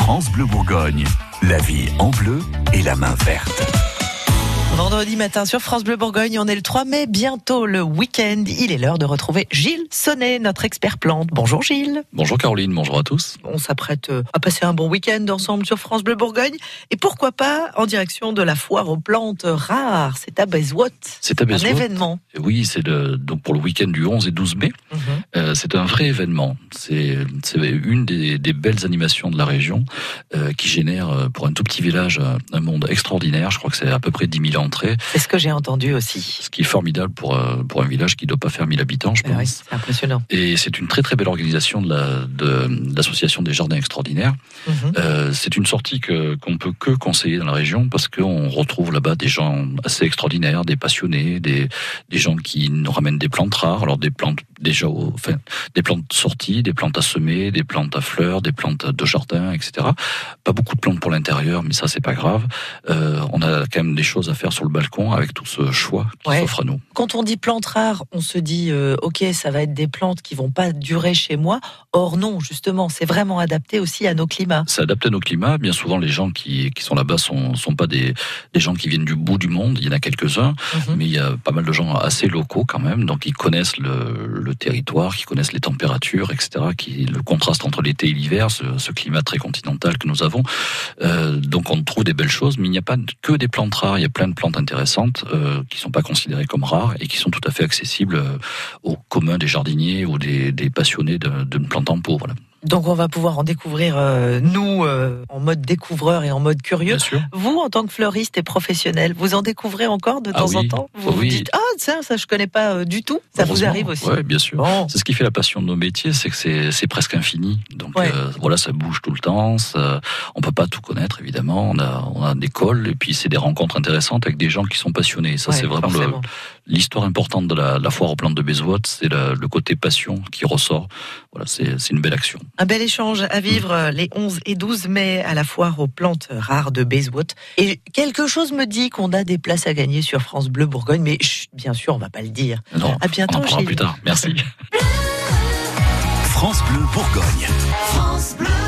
France Bleu Bourgogne, la vie en bleu et la main verte. Vendredi matin sur France Bleu Bourgogne, on est le 3 mai, bientôt le week-end. Il est l'heure de retrouver Gilles Sonnet, notre expert plante. Bonjour Gilles. Bonjour Caroline, bonjour à tous. On s'apprête à passer un bon week-end ensemble sur France Bleu Bourgogne. Et pourquoi pas en direction de la foire aux plantes rares. C'est à Baise-Ouot. C'est à Baise-Ouot. Un événement. Oui, c'est donc pour le week-end du 11 et 12 mai. C'est un vrai événement. C'est une des belles animations de la région qui génère pour un tout petit village un monde extraordinaire. Je crois que c'est à peu près 10 000 entrées. C'est ce que j'ai entendu aussi. Ce qui est formidable pour un village qui ne doit pas faire 1000 habitants, je pense. Oui, c'est impressionnant. Et c'est une très très belle organisation de l'association des Jardins Extraordinaires. C'est une sortie qu'on peut que conseiller dans la région parce qu'on retrouve là-bas des gens assez extraordinaires, des passionnés, des gens qui nous ramènent des plantes rares, alors des plantes des plantes sorties, des plantes à semer, des plantes à fleurs, des plantes de jardin, etc. Pas beaucoup de plantes pour l'intérieur, mais ça c'est pas grave. On a quand même des choses à faire sur le balcon avec tout ce choix qui s'offre à nous. Quand on dit plantes rares, on se dit ok, ça va être des plantes qui vont pas durer chez moi. Or non, justement, c'est vraiment adapté aussi à nos climats. C'est adapté à nos climats. Bien souvent, les gens qui sont là-bas sont pas des gens qui viennent du bout du monde. Il y en a quelques-uns, mais il y a pas mal de gens assez locaux quand même, donc ils connaissent le territoire, qui connaissent les températures, etc., le contraste entre l'été et l'hiver, ce climat très continental que nous avons. Donc on trouve des belles choses, mais il n'y a pas que des plantes rares, il y a plein de plantes intéressantes qui sont pas considérées comme rares et qui sont tout à fait accessibles aux communs des jardiniers ou des passionnés d'une plante en pot. Voilà. Donc on va pouvoir en découvrir, nous, en mode découvreur et en mode curieux. Bien sûr. Vous, en tant que fleuriste et professionnel, vous en découvrez encore de temps en temps? Vous vous dites, ça je connais pas du tout. Ça vous arrive aussi? Oui, bien sûr. Bon. C'est ce qui fait la passion de nos métiers, c'est que c'est presque infini. Donc voilà, ça bouge tout le temps. On peut pas tout connaître, évidemment. On a des calls et puis c'est des rencontres intéressantes avec des gens qui sont passionnés. Ça, c'est vraiment l'histoire importante de la foire aux plantes de Baise-Ouot, c'est le côté passion qui ressort. Voilà, c'est une belle action. Un bel échange à vivre les 11 et 12 mai à la foire aux plantes rares de Baise-Ouot. Et quelque chose me dit qu'on a des places à gagner sur France Bleu Bourgogne, mais bien sûr, on va pas le dire. Non, à bientôt, on en parlera Gilles. plus tard. Merci. France Bleu Bourgogne. France Bleu.